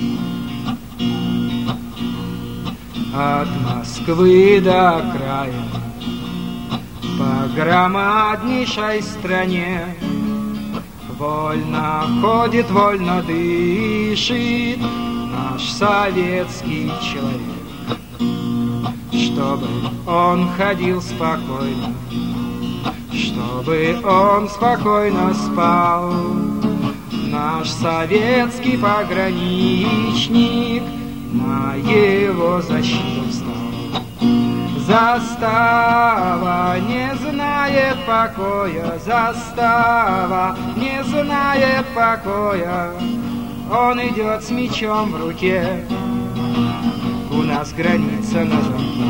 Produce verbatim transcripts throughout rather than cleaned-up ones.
От Москвы до окраин по громаднейшей стране вольно ходит, вольно дышит наш советский человек. Чтобы он ходил спокойно, чтобы он спокойно спал, наш советский пограничник на его защиту встал. Застава не знает покоя, застава не знает покоя. Он идет с мечом в руке, у нас граница на замке.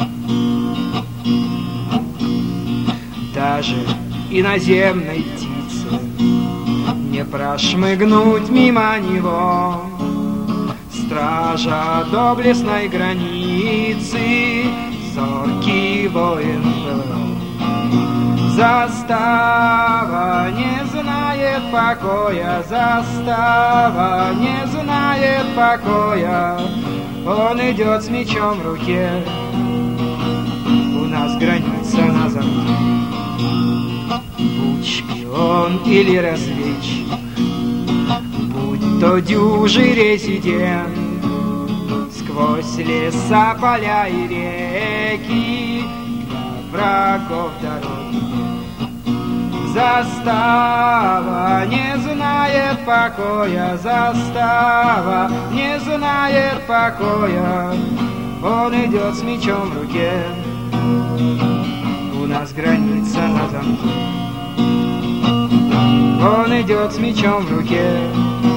Даже иноземной птице не прошмыгнуть мимо него. Стража доблестной границы, зоркий воин был. Застава не знает покоя, застава не знает покоя. Он идет с мечом в руке, у нас граница на замке. Будь шпион или разведчик, будь то дюжий резидент, сквозь леса, поля и реки для врагов дороги нет. Застава не знает покоя, застава не знает покоя. Он идет с мечом в руке, у нас граница на замке. Он идет с мечом в руке,